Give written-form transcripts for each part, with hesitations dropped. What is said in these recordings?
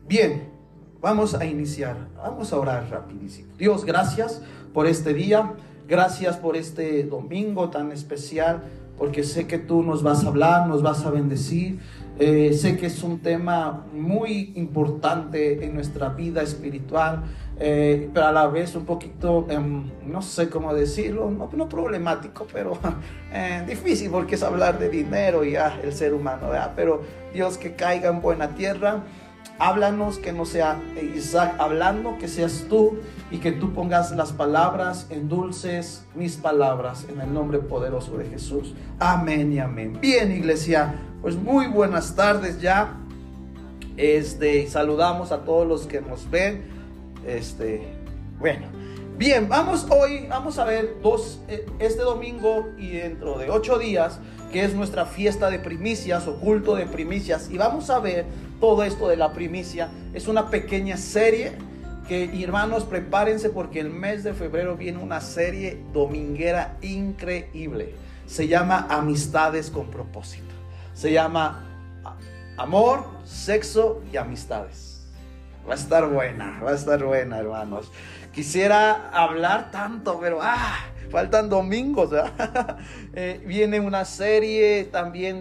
Bien, vamos a iniciar. Vamos a orar rapidísimo. Dios, gracias por este día. Gracias por este domingo tan especial, porque sé que tú nos vas a hablar, nos vas a bendecir. Sé que es un tema muy importante en nuestra vida espiritual, pero a la vez un poquito, no sé cómo decirlo, no problemático, pero difícil, porque es hablar de dinero y el ser humano, ¿verdad? Pero Dios, que caiga en buena tierra. Háblanos, que no sea Isaac hablando, que seas tú, y que tú pongas las palabras, endulces mis palabras, en el nombre poderoso de Jesús. Amén y amén. Bien, iglesia, pues muy buenas tardes ya. Saludamos a todos los que nos ven. Bueno, bien, vamos a ver este domingo y dentro de 8 días, que es nuestra fiesta de primicias o culto de primicias, y vamos a ver todo esto de la primicia. Es una pequeña serie que, hermanos, prepárense, porque el mes de febrero viene una serie dominguera increíble. Se llama Amistades con Propósito. Se llama Amor, Sexo y Amistades. Va a estar buena, hermanos. Quisiera hablar tanto, pero faltan domingos, ¿verdad? Viene una serie también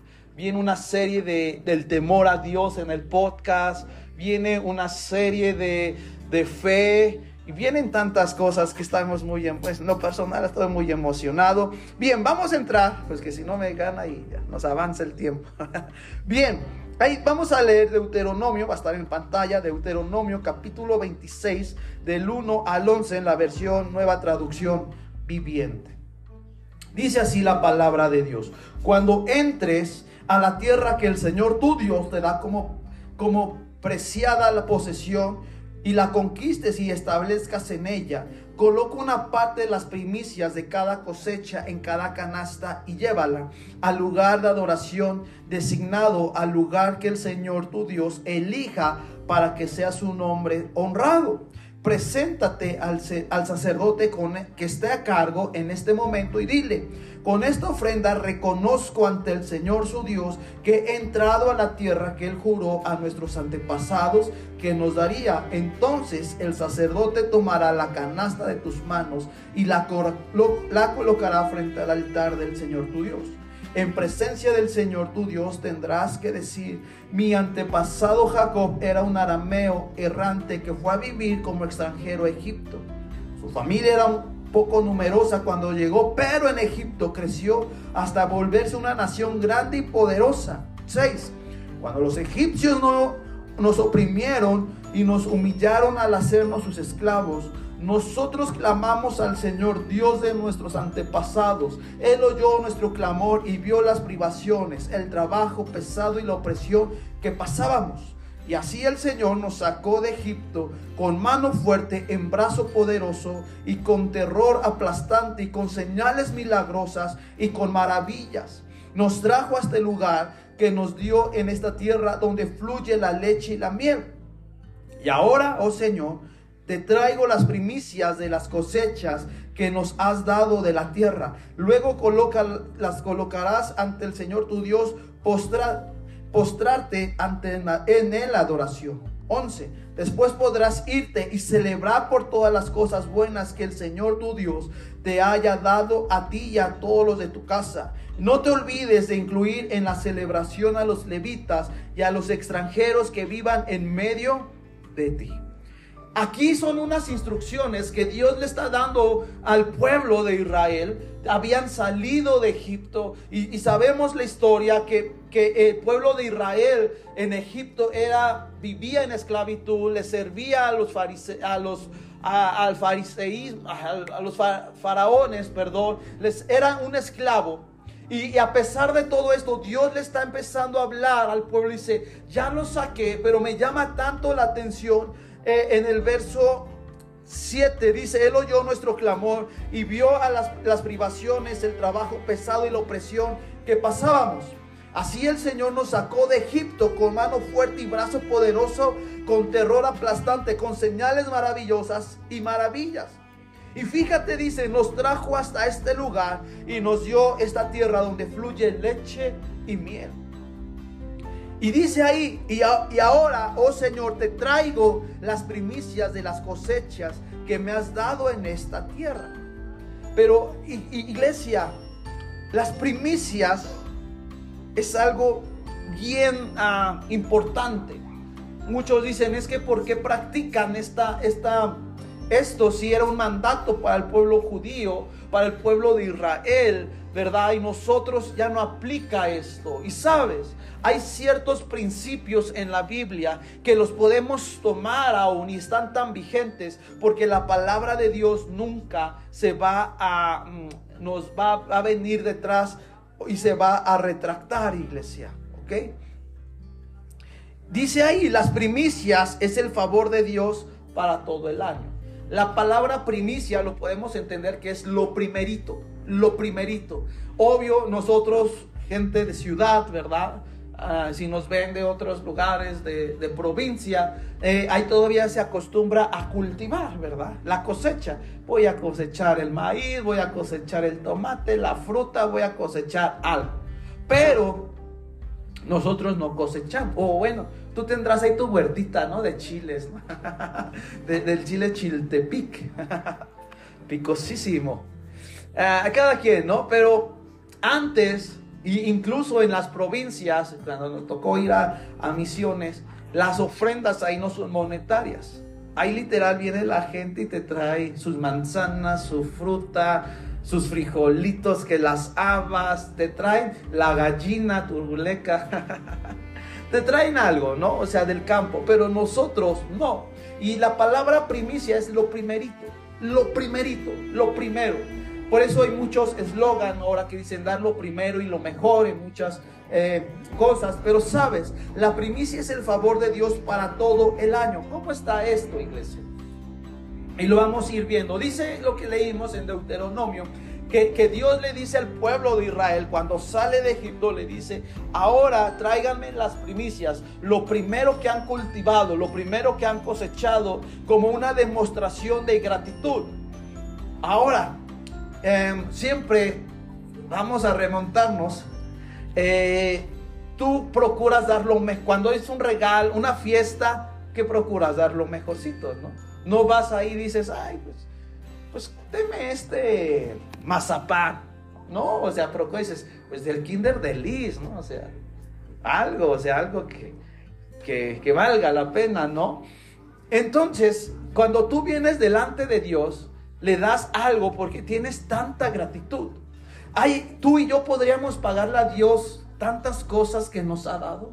del temor a Dios en el podcast. Viene una serie de fe. Y vienen tantas cosas que estamos pues en lo personal estoy muy emocionado. Bien, vamos a entrar, pues que si no me gana y ya nos avanza el tiempo. Bien, ahí vamos a leer Deuteronomio, va a estar en pantalla, Deuteronomio capítulo 26, del 1 al 11 en la versión Nueva Traducción Viviente. Dice así la palabra de Dios: cuando entres a la tierra que el Señor tu Dios te da como preciada la posesión, y la conquistes y establezcas en ella, coloca una parte de las primicias de cada cosecha en cada canasta y llévala al lugar de adoración designado, al lugar que el Señor tu Dios elija para que sea su nombre honrado. Preséntate al sacerdote que esté a cargo en este momento y dile: con esta ofrenda reconozco ante el Señor su Dios que he entrado a la tierra que Él juró a nuestros antepasados que nos daría. Entonces el sacerdote tomará la canasta de tus manos y la colocará frente al altar del Señor tu Dios. En presencia del Señor tu Dios tendrás que decir: mi antepasado Jacob era un arameo errante que fue a vivir como extranjero a Egipto. Su familia era un poco numerosa cuando llegó, pero en Egipto creció hasta volverse una nación grande y poderosa. 6. Cuando los egipcios nos oprimieron y nos humillaron al hacernos sus esclavos, nosotros clamamos al Señor, Dios de nuestros antepasados. Él oyó nuestro clamor y vio las privaciones, el trabajo pesado y la opresión que pasábamos. Y así el Señor nos sacó de Egipto con mano fuerte, en brazo poderoso y con terror aplastante y con señales milagrosas y con maravillas. Nos trajo a este lugar que nos dio en esta tierra donde fluye la leche y la miel. Y ahora, oh Señor, te traigo las primicias de las cosechas que nos has dado de la tierra. Luego las colocarás ante el Señor tu Dios, postrarte en él adoración. 11. Después podrás irte y celebrar por todas las cosas buenas que el Señor tu Dios te haya dado a ti y a todos los de tu casa. No te olvides de incluir en la celebración a los levitas y a los extranjeros que vivan en medio de ti. Aquí son unas instrucciones que Dios le está dando al pueblo de Israel. Habían salido de Egipto y sabemos la historia que el pueblo de Israel en Egipto vivía en esclavitud, le servía a los faraones, era un esclavo. Y a pesar de todo esto, Dios le está empezando a hablar al pueblo y dice: ya lo saqué, pero me llama tanto la atención. En el verso 7 dice: Él oyó nuestro clamor y vio a las privaciones, el trabajo pesado y la opresión que pasábamos. Así el Señor nos sacó de Egipto con mano fuerte y brazo poderoso, con terror aplastante, con señales maravillosas y maravillas. Y fíjate, dice, nos trajo hasta este lugar y nos dio esta tierra donde fluye leche y miel. Y dice ahí, y ahora, oh Señor, te traigo las primicias de las cosechas que me has dado en esta tierra. Pero, iglesia, las primicias es algo bien importante. Muchos dicen, es que ¿por qué practican esto si era un mandato para el pueblo judío, para el pueblo de Israel, ¿verdad? Y nosotros ya no aplica esto. Y sabes, hay ciertos principios en la Biblia que los podemos tomar aún y están tan vigentes porque la palabra de Dios nunca nos va a venir detrás y se va a retractar, iglesia, ¿ok? Dice ahí, las primicias es el favor de Dios para todo el año. La palabra primicia lo podemos entender que es lo primerito, lo primerito. Obvio, nosotros, gente de ciudad, ¿verdad? Si nos ven de otros lugares de provincia, ahí todavía se acostumbra a cultivar, ¿verdad? La cosecha. Voy a cosechar el maíz, voy a cosechar el tomate, la fruta, voy a cosechar algo. Pero nosotros no cosechamos. O bueno, tú tendrás ahí tu huertita, ¿no? De chiles, ¿no? Del chile Chiltepic. Picosísimo. A cada quien, ¿no? Pero antes, incluso en las provincias, cuando nos tocó ir a misiones, las ofrendas ahí no son monetarias. Ahí literal viene la gente y te trae sus manzanas, su fruta, sus frijolitos, que las habas, te traen la gallina turbuleca, te traen algo, ¿no? O sea, del campo, pero nosotros no. Y la palabra primicia es lo primerito, lo primerito, lo primero. Por eso hay muchos eslogan ahora que dicen dar lo primero y lo mejor en muchas cosas. Pero sabes, la primicia es el favor de Dios para todo el año. ¿Cómo está esto, iglesia? Y lo vamos a ir viendo. Dice lo que leímos en Deuteronomio, que Dios le dice al pueblo de Israel cuando sale de Egipto, le dice, ahora tráiganme las primicias, lo primero que han cultivado, lo primero que han cosechado, como una demostración de gratitud. Ahora, siempre vamos a remontarnos. Tú procuras dar lo mejor. Cuando es un regalo, una fiesta, ¿qué procuras? Dar lo mejorcito, ¿no? No vas ahí y dices, ay, pues deme este mazapán, ¿no? O sea, pero dices, pues del Kinder de Liz, ¿no? O sea, algo que valga la pena, ¿no? Entonces, cuando tú vienes delante de Dios, le das algo porque tienes tanta gratitud. Tú y yo podríamos pagarle a Dios tantas cosas que nos ha dado.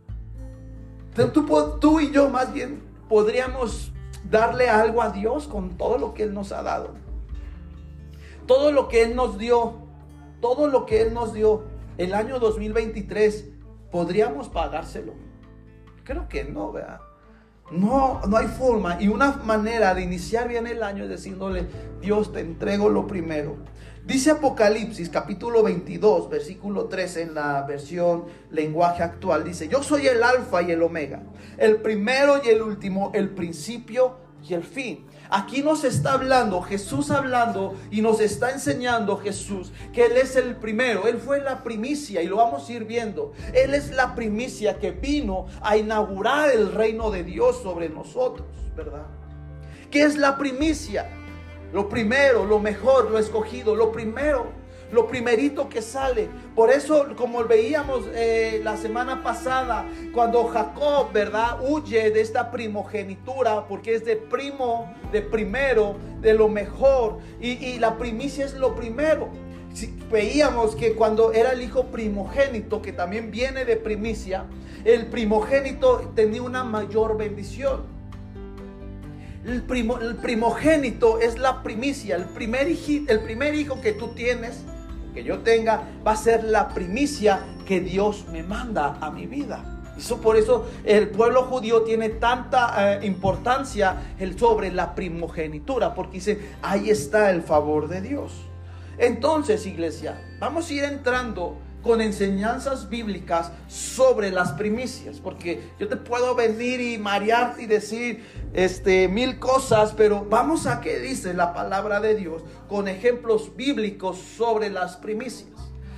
Tú y yo más bien podríamos darle algo a Dios con todo lo que Él nos ha dado. Todo lo que Él nos dio, todo lo que Él nos dio el año 2023, ¿podríamos pagárselo? Creo que no, ¿verdad? No hay forma. Y una manera de iniciar bien el año es diciéndole, Dios, te entrego lo primero. Dice Apocalipsis capítulo 22 versículo 13 en la versión lenguaje actual. Dice, yo soy el alfa y el omega, el primero y el último, el principio y el fin. Aquí nos está hablando Jesús, hablando y nos está enseñando Jesús que Él es el primero. Él fue la primicia y lo vamos a ir viendo. Él es la primicia que vino a inaugurar el reino de Dios sobre nosotros, ¿verdad? ¿Qué es la primicia? Lo primero, lo mejor, lo escogido, lo primero, lo primerito que sale. Por eso, como veíamos la semana pasada, cuando Jacob, ¿verdad?, huye de esta primogenitura, porque es de primero, de lo mejor, y la primicia es lo primero. Veíamos que cuando era el hijo primogénito, que también viene de primicia, el primogénito tenía una mayor bendición. El primogénito es la primicia. El primer hijo que tú tienes, que yo tenga, va a ser la primicia que Dios me manda a mi vida. Por eso el pueblo judío tiene tanta importancia sobre la primogenitura, porque dice, ahí está el favor de Dios. Entonces, iglesia, vamos a ir entrando con enseñanzas bíblicas sobre las primicias, porque yo te puedo venir y marearte y decir mil cosas, pero vamos a qué dice la palabra de Dios con ejemplos bíblicos sobre las primicias.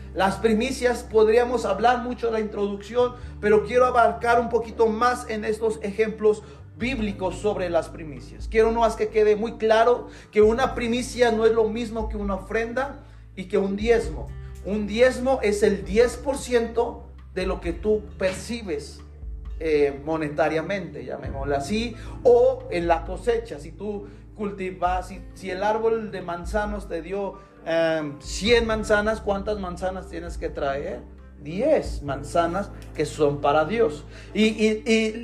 Las primicias, podríamos hablar mucho de la introducción, pero quiero abarcar un poquito más en estos ejemplos bíblicos sobre las primicias. Quiero nomás que quede muy claro que una primicia no es lo mismo que una ofrenda y que un diezmo. Un diezmo es el 10% de lo que tú percibes monetariamente, llamémoslo así, o en la cosecha. Si tú cultivas, si el árbol de manzanos te dio 100 manzanas, ¿cuántas manzanas tienes que traer? 10 manzanas que son para Dios. Y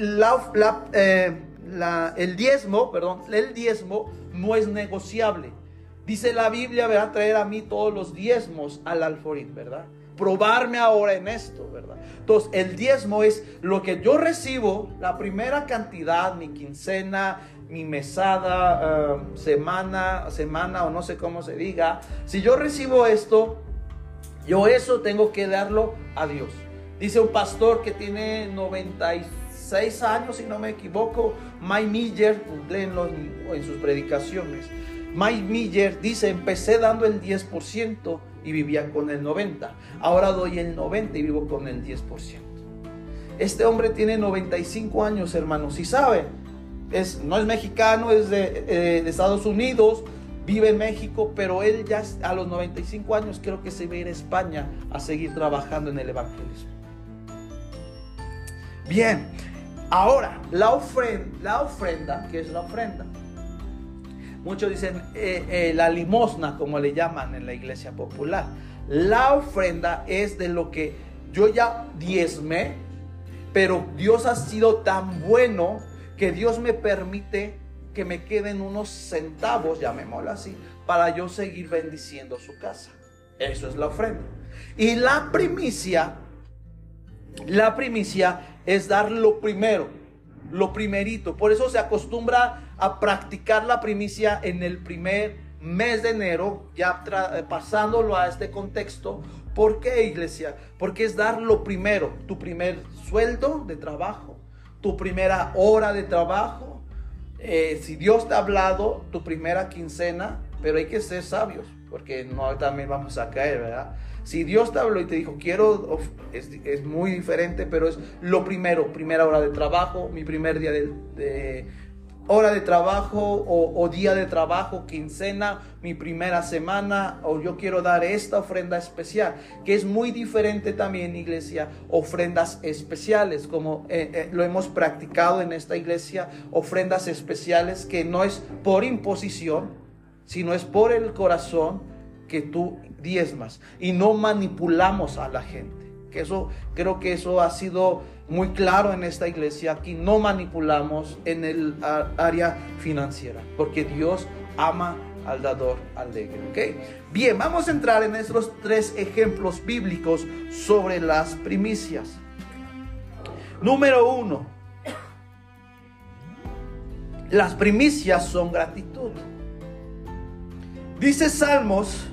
el diezmo no es negociable. Dice la Biblia, ¿verdad? Traer a mí todos los diezmos al alfolí, ¿verdad? Probarme ahora en esto, ¿verdad? Entonces, el diezmo es lo que yo recibo, la primera cantidad, mi quincena, mi mesada, semana o no sé cómo se diga. Si yo recibo esto, yo eso tengo que darlo a Dios. Dice un pastor que tiene 96 años, si no me equivoco, Mike Miller, léenlo en sus predicaciones. Mike Miller dice, empecé dando el 10% y vivía con el 90%. Ahora doy el 90% y vivo con el 10%. Este hombre tiene 95 años, hermanos, y sabe, no es mexicano, es de Estados Unidos, vive en México, pero él ya a los 95 años creo que se va a ir a España a seguir trabajando en el evangelismo. Bien, ahora, la ofrenda, ¿qué es la ofrenda? Muchos dicen la limosna, como le llaman en la iglesia popular. La ofrenda es de lo que yo ya diezmé, pero Dios ha sido tan bueno que Dios me permite que me queden unos centavos, llamémoslo así, para yo seguir bendiciendo su casa. Eso es la ofrenda. Y la primicia es dar lo primero, lo primerito. Por eso se acostumbra a practicar la primicia en el primer mes de enero, ya pasándolo a este contexto. ¿Por qué, iglesia? Porque es dar lo primero, tu primer sueldo de trabajo, tu primera hora de trabajo. Si Dios te ha hablado, tu primera quincena, pero hay que ser sabios, porque no también vamos a caer, ¿verdad? Si Dios te habló y te dijo, es muy diferente, pero es lo primero, primera hora de trabajo, mi primer día de hora de trabajo o día de trabajo, quincena, mi primera semana, o yo quiero dar esta ofrenda especial, que es muy diferente también, iglesia, ofrendas especiales, como lo hemos practicado en esta iglesia, ofrendas especiales que no es por imposición, sino es por el corazón que tú diezmas y no manipulamos a la gente. Que eso, creo que eso ha sido muy claro en esta iglesia. Aquí no manipulamos en el área financiera, porque Dios ama al dador alegre, ¿ok? Bien, vamos a entrar en estos 3 ejemplos bíblicos sobre las primicias. Número 1, las primicias son gratitud. Dice Salmos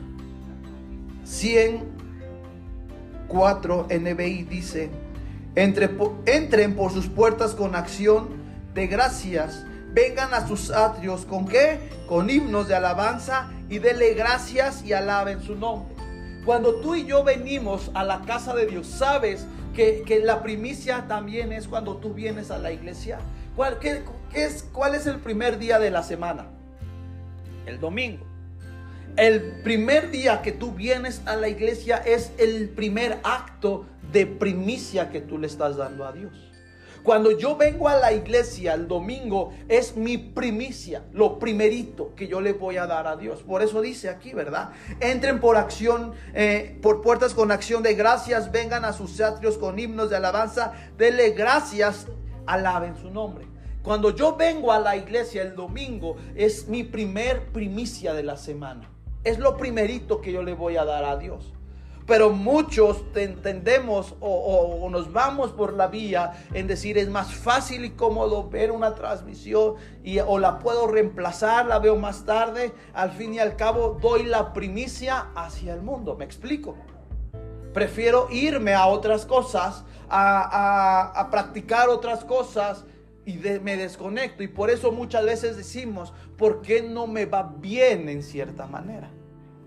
104 NBI, dice: entren por sus puertas con acción de gracias, vengan a sus atrios ¿con qué? Con himnos de alabanza, y denle gracias y alaben su nombre. Cuando tú y yo venimos a la casa de Dios, sabes que la primicia también es cuando tú vienes a la iglesia. ¿Cuál es el primer día de la semana? El domingo. El primer día que tú vienes a la iglesia es el primer acto de primicia que tú le estás dando a Dios. Cuando yo vengo a la iglesia el domingo, es mi primicia, lo primerito que yo le voy a dar a Dios. Por eso dice aquí, ¿verdad? Entren por puertas con acción de gracias, vengan a sus atrios con himnos de alabanza, denle gracias, alaben su nombre. Cuando yo vengo a la iglesia el domingo, es mi primer primicia de la semana. Es lo primerito que yo le voy a dar a Dios. Pero muchos entendemos o nos vamos por la vía en decir, es más fácil y cómodo ver una transmisión o la puedo reemplazar, la veo más tarde. Al fin y al cabo doy la primicia hacia el mundo. ¿Me explico? Prefiero irme a otras cosas, a practicar otras cosas, y me desconecto. Y por eso muchas veces decimos, ¿por qué no me va bien en cierta manera?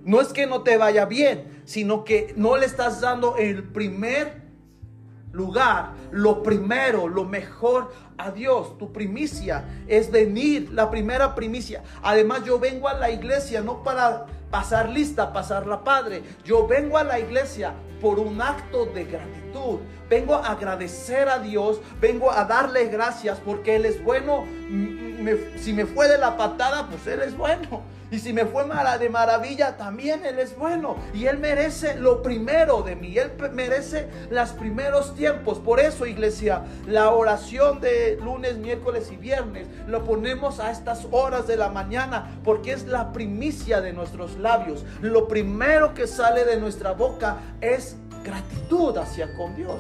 No es que no te vaya bien, sino que no le estás dando el primer lugar, lo primero, lo mejor a Dios. Tu primicia es venir, la primera primicia. Además, yo vengo a la iglesia no para pasar lista, pasarla padre. Yo vengo a la iglesia por un acto de gratitud. Vengo a agradecer a Dios, vengo a darle gracias porque Él es bueno. Si me fue de la patada, pues Él es bueno. Y si me fue de maravilla, también Él es bueno. Y Él merece lo primero de mí. Él merece los primeros tiempos. Por eso, iglesia, la oración de lunes, miércoles y viernes lo ponemos a estas horas de la mañana, porque es la primicia de nuestros labios. Lo primero que sale de nuestra boca es gratitud hacia con Dios.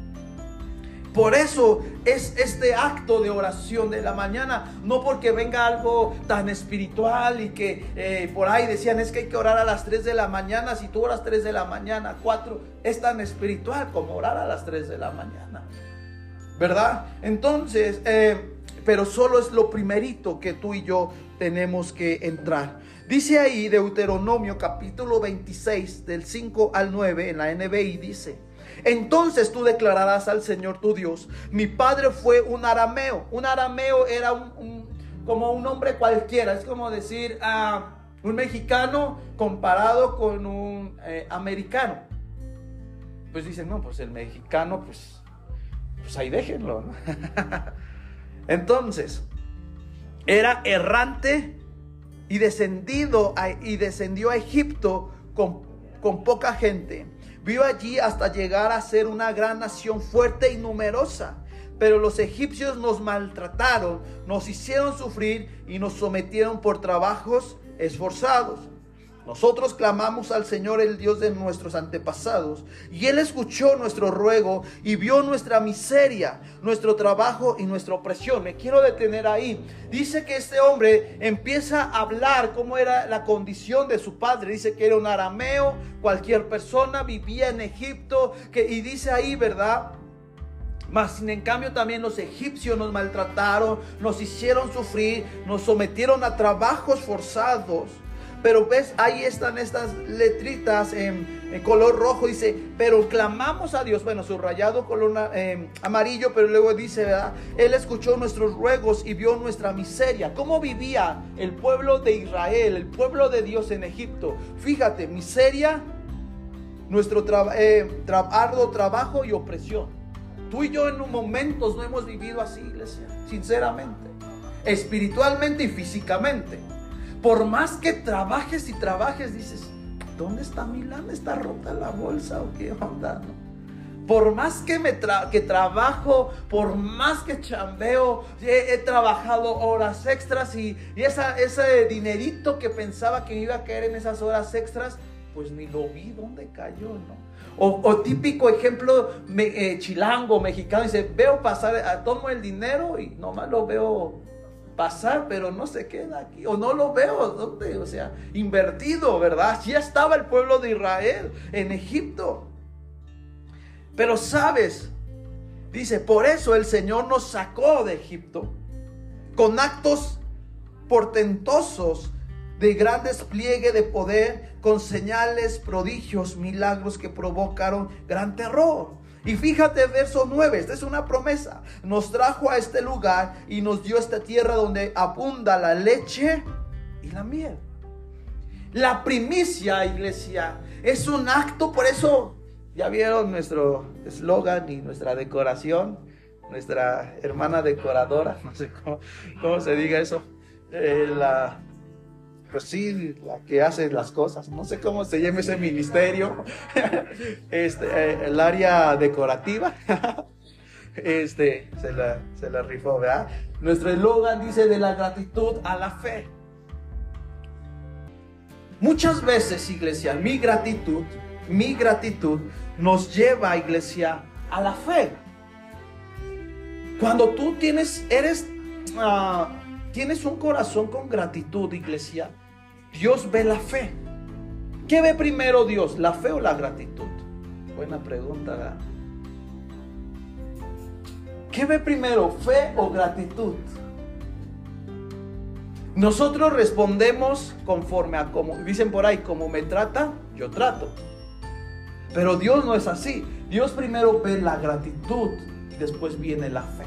Por eso es este acto de oración de la mañana, no porque venga algo tan espiritual y que por ahí decían es que hay que orar a las 3 de la mañana. Si tú oras 3 de la mañana, 4, es tan espiritual como orar a las 3 de la mañana, ¿verdad? Entonces, pero solo es lo primerito que tú y yo tenemos que entrar. Dice ahí Deuteronomio capítulo 26 del 5 al 9 en la NBI, dice: entonces tú declararás al Señor tu Dios: mi padre fue un arameo. Un arameo era como un hombre cualquiera. Es como decir un mexicano comparado con un americano. Pues dicen, no, pues el mexicano, pues ahí déjenlo, ¿no? Entonces, era errante y descendió a Egipto con poca gente. Vivió allí hasta llegar a ser una gran nación fuerte y numerosa. Pero los egipcios nos maltrataron, nos hicieron sufrir y nos sometieron por trabajos esforzados. Nosotros clamamos al Señor, el Dios de nuestros antepasados, y Él escuchó nuestro ruego y vio nuestra miseria, nuestro trabajo y nuestra opresión. Me quiero detener ahí. Dice que este hombre empieza a hablar cómo era la condición de su padre. Dice que era un arameo, cualquier persona, vivía en Egipto, y dice ahí, ¿verdad? Mas sin en cambio también los egipcios nos maltrataron, nos hicieron sufrir, nos sometieron a trabajos forzados. Pero ves, ahí están estas letritas en color rojo. Dice, pero clamamos a Dios. Bueno, subrayado color amarillo, pero luego dice, ¿verdad? Él escuchó nuestros ruegos y vio nuestra miseria. ¿Cómo vivía el pueblo de Israel, el pueblo de Dios en Egipto? Fíjate, miseria, nuestro arduo trabajo y opresión. Tú y yo en momentos no hemos vivido así, iglesia, sinceramente, espiritualmente y físicamente. Por más que trabajes y trabajes, dices, ¿dónde está mi lana? ¿Está rota la bolsa o qué onda? ¿No? Por más que trabajo, por más que chambeo, he trabajado horas extras y ese dinerito que pensaba que me iba a caer en esas horas extras, pues ni lo vi dónde cayó, ¿no? O típico ejemplo chilango, mexicano, dice, veo pasar, tomo el dinero y nomás lo veo pasar, pero no se queda aquí, o no lo veo, ¿dónde? O sea, invertido, ¿verdad? Ya estaba el pueblo de Israel en Egipto. Pero sabes, dice, por eso el Señor nos sacó de Egipto con actos portentosos de gran despliegue de poder, con señales, prodigios, milagros que provocaron gran terror. Y fíjate, verso 9, esta es una promesa. Nos trajo a este lugar y nos dio esta tierra donde abunda la leche y la miel. La primicia, iglesia, es un acto. Por eso, ya vieron nuestro eslogan y nuestra decoración. Nuestra hermana decoradora, no sé cómo se diga eso. Pues sí, la que hace las cosas, no sé cómo se llama ese ministerio, el área decorativa, se la rifó, ¿verdad? Nuestro eslogan dice: de la gratitud a la fe. Muchas veces, iglesia, mi gratitud nos lleva, iglesia, a la fe. Cuando tú tienes un corazón con gratitud, iglesia, Dios ve la fe. ¿Qué ve primero Dios, la fe o la gratitud? Buena pregunta, ¿verdad? ¿Qué ve primero, fe o gratitud? Nosotros respondemos conforme a como, dicen por ahí, como me trata, yo trato. Pero Dios no es así. Dios primero ve la gratitud y después viene la fe.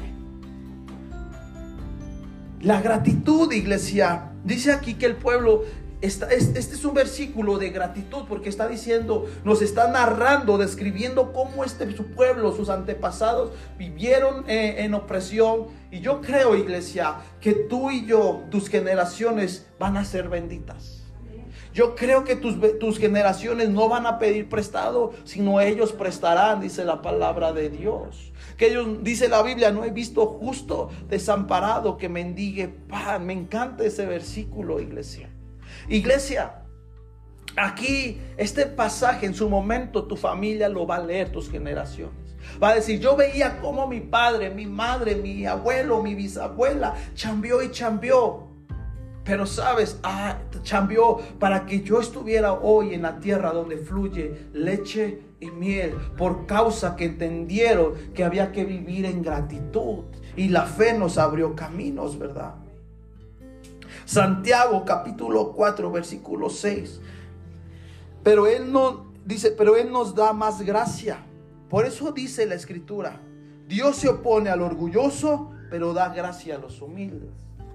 La gratitud, iglesia, dice aquí que el pueblo, este es un versículo de gratitud porque está diciendo, nos está narrando, describiendo cómo su pueblo, sus antepasados vivieron en opresión. Y yo creo, iglesia, que tú y yo, tus generaciones van a ser benditas. Yo creo que tus generaciones no van a pedir prestado, sino ellos prestarán, dice la palabra de Dios. Que ellos, dice la Biblia, no he visto justo desamparado que mendigue pan. Me encanta ese versículo, iglesia. Iglesia, aquí este pasaje en su momento tu familia lo va a leer, tus generaciones. Va a decir, yo veía cómo mi padre, mi madre, mi abuelo, mi bisabuela chambeó y chambeó. Pero sabes, chambeó para que yo estuviera hoy en la tierra donde fluye leche y miel, por causa que entendieron que había que vivir en gratitud. Y la fe nos abrió caminos, ¿verdad? Santiago capítulo 4 versículo 6. Pero Él nos da más gracia. Por eso dice la Escritura, Dios se opone al orgulloso, pero da gracia a los humildes.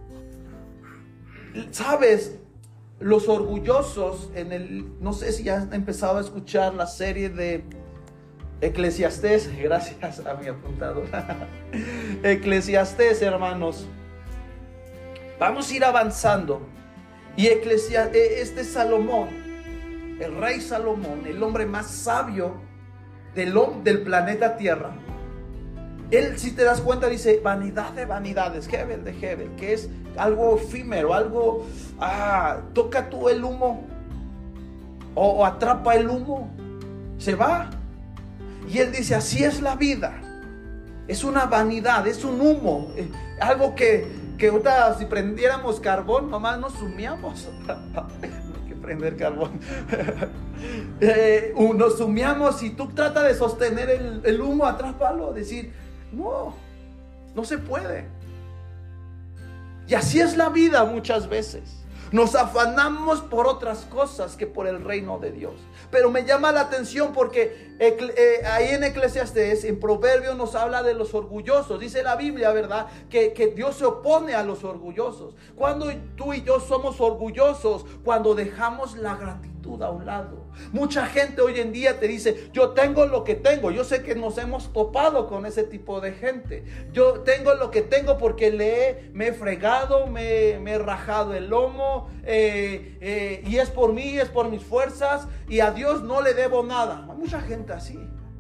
¿Sabes? Los orgullosos, no sé si ya han empezado a escuchar la serie de Eclesiastés. Gracias a mi apuntador. Eclesiastés, hermanos. Vamos a ir avanzando. Y este Salomón, el rey Salomón, el hombre más sabio del planeta Tierra. Él, si te das cuenta, dice vanidad de vanidades, Hebel de Hebel, que es algo efímero, algo, toca tú el humo o atrapa el humo, se va. Y él dice, así es la vida, es una vanidad, es un humo, algo que ahorita si prendiéramos carbón, nomás nos sumiamos. No hay que prender carbón. Nos sumiamos y tú tratas de sostener el humo, atrápalo, decir, no se puede. Y así es la vida muchas veces. Nos afanamos por otras cosas que por el reino de Dios. Pero me llama la atención porque ahí en Eclesiastés, en Proverbios, nos habla de los orgullosos. Dice la Biblia, ¿verdad? Que Dios se opone a los orgullosos. Cuando tú y yo somos orgullosos, cuando dejamos la gratitud a un lado. Mucha gente hoy en día te dice, yo tengo lo que tengo. Yo sé que nos hemos topado con ese tipo de gente. Yo tengo lo que tengo porque me he fregado, me he rajado el lomo, y es por mí, es por mis fuerzas, y a Dios no le debo nada. Hay mucha gente así,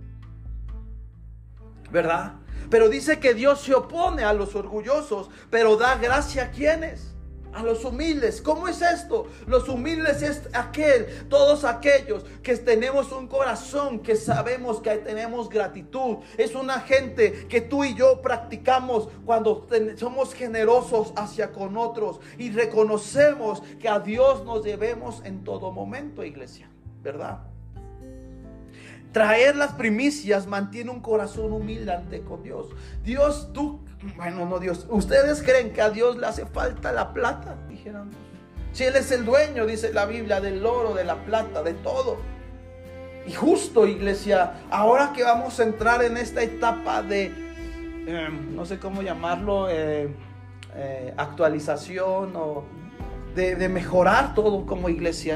¿verdad? Pero dice que Dios se opone a los orgullosos, pero da gracia a ¿quiénes? A los humildes. ¿Cómo es esto? Los humildes es todos aquellos que tenemos un corazón, que sabemos que tenemos gratitud. Es una gente que tú y yo practicamos cuando somos generosos hacia con otros y reconocemos que a Dios nos debemos en todo momento, iglesia, ¿verdad? Traer las primicias mantiene un corazón humilde ante con Dios. Dios, ¿ustedes creen que a Dios le hace falta la plata? Dijéramos. Si Él es el dueño, dice la Biblia, del oro, de la plata, de todo. Y justo, iglesia, ahora que vamos a entrar en esta etapa de, no sé cómo llamarlo, actualización o de mejorar todo como iglesia.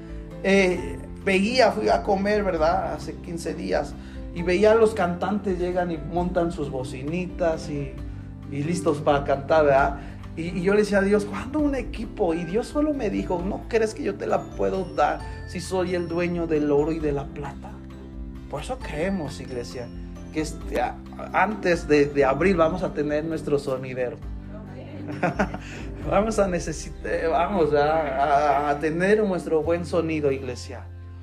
Fui a comer, ¿verdad? Hace 15 días. Y veía a los cantantes llegan y montan sus bocinitas y listos para cantar, ¿verdad? Y yo le decía a Dios, ¿cuándo un equipo? Y Dios solo me dijo, ¿no crees que yo te la puedo dar si soy el dueño del oro y de la plata? Por eso creemos, iglesia, que antes de abril vamos a tener nuestro sonidero. Vamos a necesitar, a tener nuestro buen sonido, iglesia.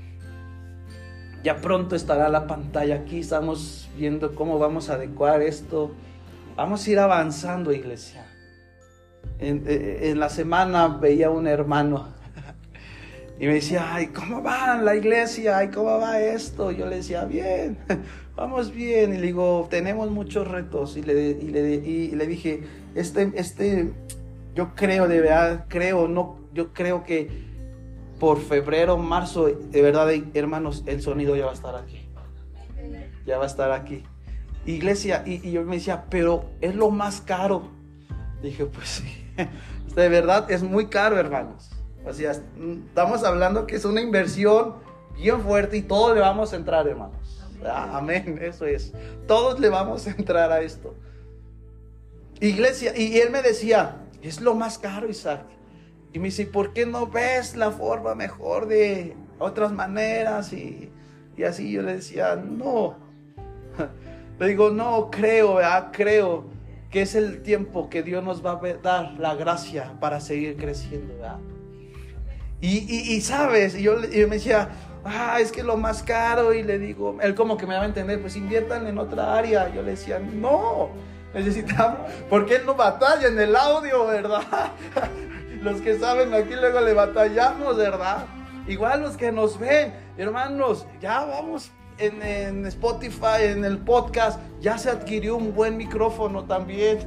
Ya pronto estará la pantalla aquí. Estamos viendo cómo vamos a adecuar esto. Vamos a ir avanzando, iglesia. En la semana veía un hermano y me decía, ay, ¿cómo va la iglesia? Ay, ¿cómo va esto? Yo le decía, bien, vamos bien. Y le digo, tenemos muchos retos. Y le dije, yo creo, de verdad, yo creo que por febrero, marzo, de verdad, hermanos, el sonido ya va a estar aquí. Ya va a estar aquí. Iglesia, y yo me decía, pero es lo más caro. Dije, pues sí, de verdad es muy caro, hermanos. O sea, estamos hablando que es una inversión bien fuerte y todos le vamos a entrar, hermanos. Amén, eso es. Todos le vamos a entrar a esto. Iglesia, y él me decía, es lo más caro, Isaac. Y me dice, ¿por qué no ves la forma mejor de otras maneras? Y así yo le decía, no. Le digo, no, creo que es el tiempo que Dios nos va a dar la gracia para seguir creciendo, ¿verdad? Y sabes, y yo me decía, es que lo más caro, y le digo, él como que me va a entender, pues inviertan en otra área. Yo le decía, no, necesitamos, porque él no batalla en el audio, ¿verdad? Los que saben, aquí luego le batallamos, ¿verdad? Igual los que nos ven, hermanos, ya vamos en Spotify, en el podcast, ya se adquirió un buen micrófono también.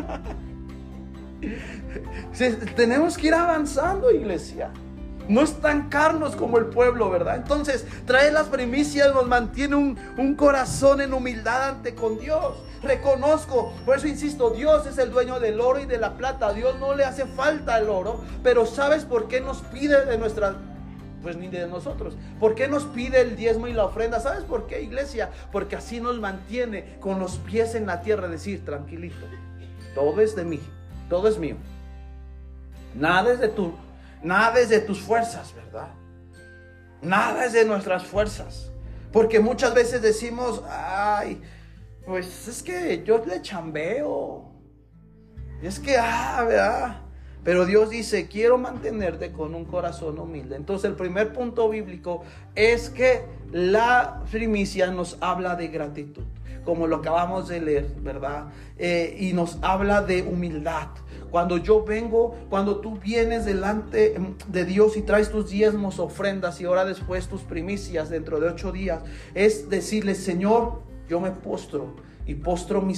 Tenemos que ir avanzando, iglesia. No estancarnos como el pueblo, ¿verdad? Entonces, traer las primicias nos mantiene un corazón en humildad ante con Dios. Reconozco, por eso insisto, Dios es el dueño del oro y de la plata. A Dios no le hace falta el oro, pero ¿sabes por qué nos pide de nuestra? Pues ni de nosotros. ¿Por qué nos pide el diezmo y la ofrenda? ¿Sabes por qué, iglesia? Porque así nos mantiene con los pies en la tierra, decir, tranquilito, todo es de mí, todo es mío. Nada es de tus fuerzas, ¿verdad? Nada es de nuestras fuerzas. Porque muchas veces decimos, pues es que yo le chambeo. Es que, ¿verdad? Pero Dios dice, quiero mantenerte con un corazón humilde. Entonces el primer punto bíblico es que la primicia nos habla de gratitud, como lo acabamos de leer, ¿verdad? Y nos habla de humildad. Cuando tú vienes delante de Dios y traes tus diezmos, ofrendas y ahora después tus primicias dentro de 8 días, es decirle, Señor, yo me postro. Y postro mi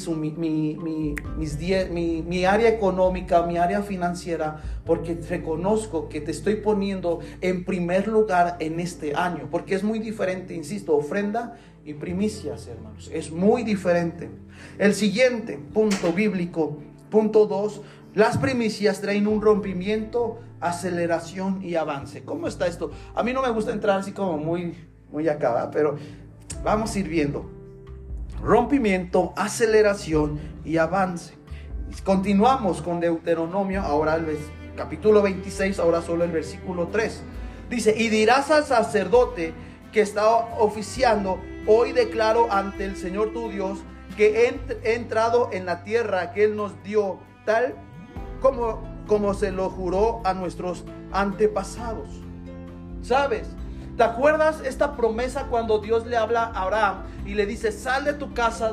área económica, mi área financiera, porque reconozco que te estoy poniendo en primer lugar en este año. Porque es muy diferente, insisto, ofrenda y primicias, hermanos. Es muy diferente. El siguiente punto bíblico, punto 2, las primicias traen un rompimiento, aceleración y avance. ¿Cómo está esto? A mí no me gusta entrar así como muy acá, ¿verdad? Pero vamos a ir viendo. Rompimiento, aceleración y avance. Continuamos con Deuteronomio, ahora el capítulo 26, ahora solo el versículo 3. Dice, y dirás al sacerdote que está oficiando, hoy declaro ante el Señor tu Dios que he entrado en la tierra que Él nos dio, tal como se lo juró a nuestros antepasados. ¿Sabes? ¿Te acuerdas esta promesa cuando Dios le habla a Abraham y le dice, sal de tu casa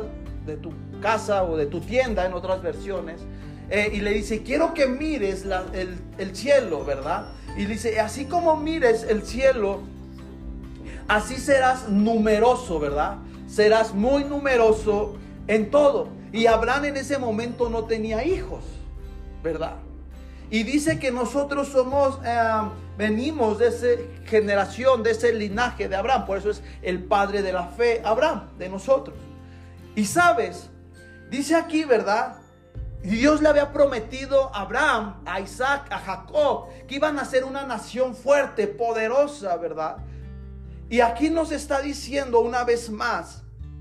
o de tu tienda en otras versiones, y le dice, quiero que mires el cielo, ¿verdad? Y le dice, así como mires el cielo, así serás numeroso, ¿verdad? Serás muy numeroso en todo. Y Abraham en ese momento no tenía hijos, ¿verdad? Y dice que nosotros venimos de esa generación, de ese linaje de Abraham. Por eso es el padre de la fe, Abraham, de nosotros. Y sabes, dice aquí, ¿verdad? Dios le había prometido a Abraham, a Isaac, a Jacob, que iban a ser una nación fuerte, poderosa, ¿verdad? Y aquí nos está diciendo una vez más,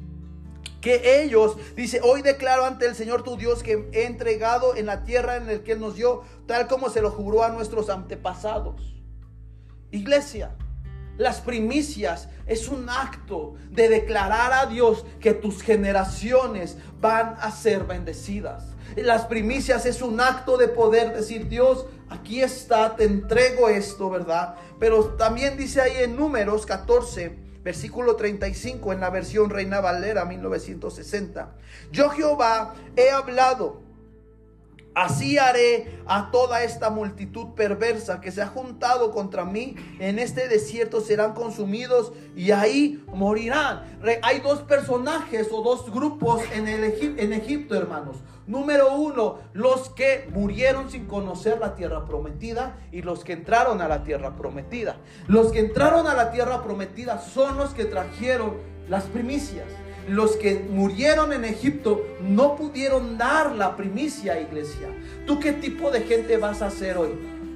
que ellos, dice, hoy declaro ante el Señor tu Dios que he entregado en la tierra en la que Él nos dio, tal como se lo juró a nuestros antepasados. Iglesia, las primicias es un acto de declarar a Dios que tus generaciones van a ser bendecidas. Las primicias es un acto de poder decir, Dios, aquí está, te entrego esto, ¿verdad? Pero también dice ahí en Números 14, versículo 35, en la versión Reina Valera 1960. Yo Jehová he hablado Así haré a toda esta multitud perversa que se ha juntado contra mí. En este desierto serán consumidos y ahí morirán. Hay dos personajes o dos grupos en Egipto, hermanos. Número uno, los que murieron sin conocer la tierra prometida, y los que entraron a la tierra prometida. Los que entraron a la tierra prometida son los que trajeron las primicias. Los que murieron en Egipto no pudieron dar la primicia, iglesia. ¿Tú qué tipo de gente vas a ser hoy?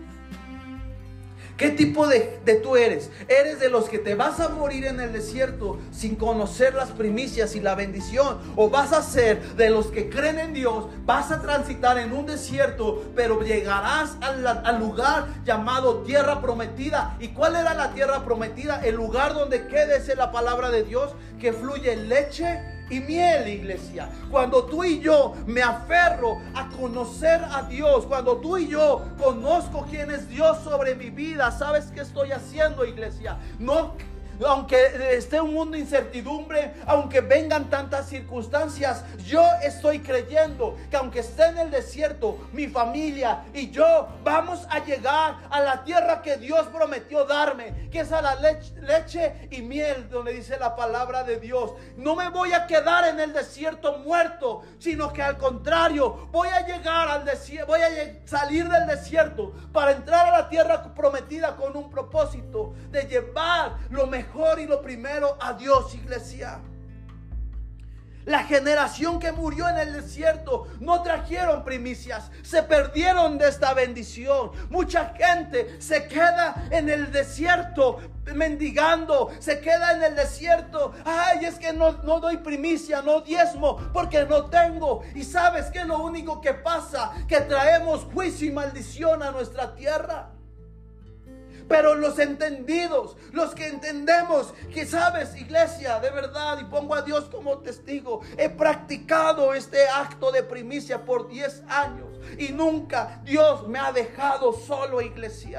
¿Qué tipo de tú eres? ¿Eres de los que te vas a morir en el desierto sin conocer las primicias y la bendición? ¿O vas a ser de los que creen en Dios? Vas a transitar en un desierto, pero llegarás al lugar llamado tierra prometida. ¿Y cuál era la tierra prometida? El lugar donde quédese la palabra de Dios, que fluye leche y miel, iglesia. Cuando tú y yo me aferro a conocer a Dios, cuando tú y yo conozco quién es Dios sobre mi vida, ¿sabes qué estoy haciendo, iglesia? Aunque esté un mundo de incertidumbre, aunque vengan tantas circunstancias, yo estoy creyendo que aunque esté en el desierto, mi familia y yo vamos a llegar a la tierra que Dios prometió darme, que es a la leche y miel, donde dice la palabra de Dios. No me voy a quedar en el desierto muerto, sino que al contrario, voy a llegar al desierto, voy a salir del desierto para entrar a la tierra prometida con un propósito de llevar lo mejor y lo primero a Dios, iglesia. La generación que murió en el desierto no trajeron primicias, se perdieron de esta bendición. Mucha gente se queda en el desierto mendigando, se queda en el desierto. Ay, es que no doy primicia, no diezmo porque no tengo. Y sabes que lo único que pasa, que traemos juicio y maldición a nuestra tierra. Pero los entendidos, los que entendemos que, sabes, iglesia, de verdad, y pongo a Dios como testigo, he practicado este acto de primicia por 10 años y nunca Dios me ha dejado solo, iglesia.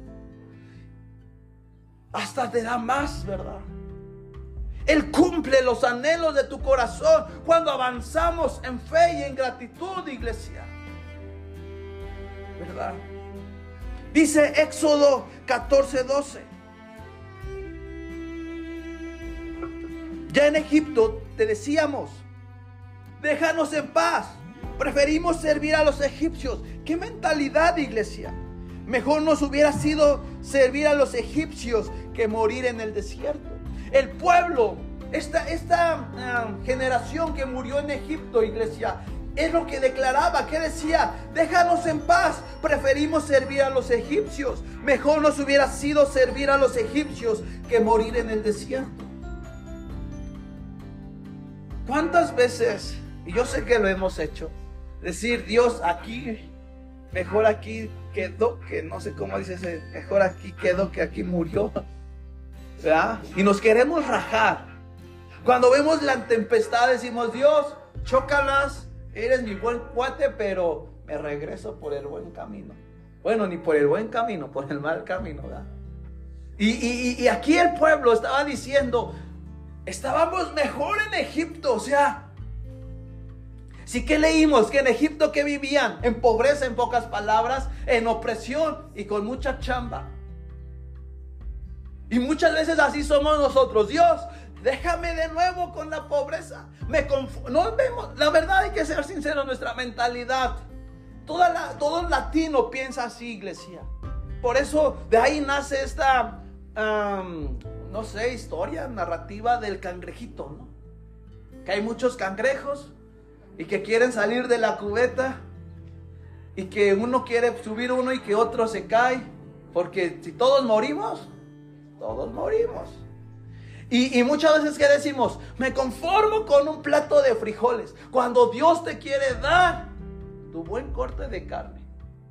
Hasta te da más, ¿verdad? Él cumple los anhelos de tu corazón cuando avanzamos en fe y en gratitud, iglesia, ¿verdad? Dice Éxodo 14:12. Ya en Egipto te decíamos, déjanos en paz, preferimos servir a los egipcios. ¿Qué mentalidad, iglesia? Mejor nos hubiera sido servir a los egipcios que morir en el desierto. El pueblo, esta generación que murió en Egipto, iglesia, es lo que declaraba, que decía, déjanos en paz, preferimos servir a los egipcios. Mejor nos hubiera sido servir a los egipcios que morir en el desierto. ¿Cuántas veces, y yo sé que lo hemos hecho, decir, Dios, aquí, mejor aquí quedó, que no sé cómo dice ese, mejor aquí quedó que aquí murió, ¿verdad? Y nos queremos rajar. Cuando vemos la tempestad decimos, Dios, chócalas, eres mi buen cuate, pero me regreso por el buen camino. Bueno, ni por el buen camino, por el mal camino, ¿verdad? Y aquí el pueblo estaba diciendo, estábamos mejor en Egipto. O sea, sí, que leímos que en Egipto que vivían en pobreza, en pocas palabras, en opresión y con mucha chamba. Y muchas veces así somos nosotros. Dios, déjame de nuevo con la pobreza. No vemos, la verdad, hay que ser sinceros, nuestra mentalidad. Todo latino piensa así, iglesia. Por eso de ahí nace esta, no sé, historia, narrativa del cangrejito, ¿no? Que hay muchos cangrejos y que quieren salir de la cubeta y que uno quiere subir uno y que otro se cae. Porque si todos morimos, todos morimos. Y muchas veces que decimos, me conformo con un plato de frijoles, cuando Dios te quiere dar tu buen corte de carne.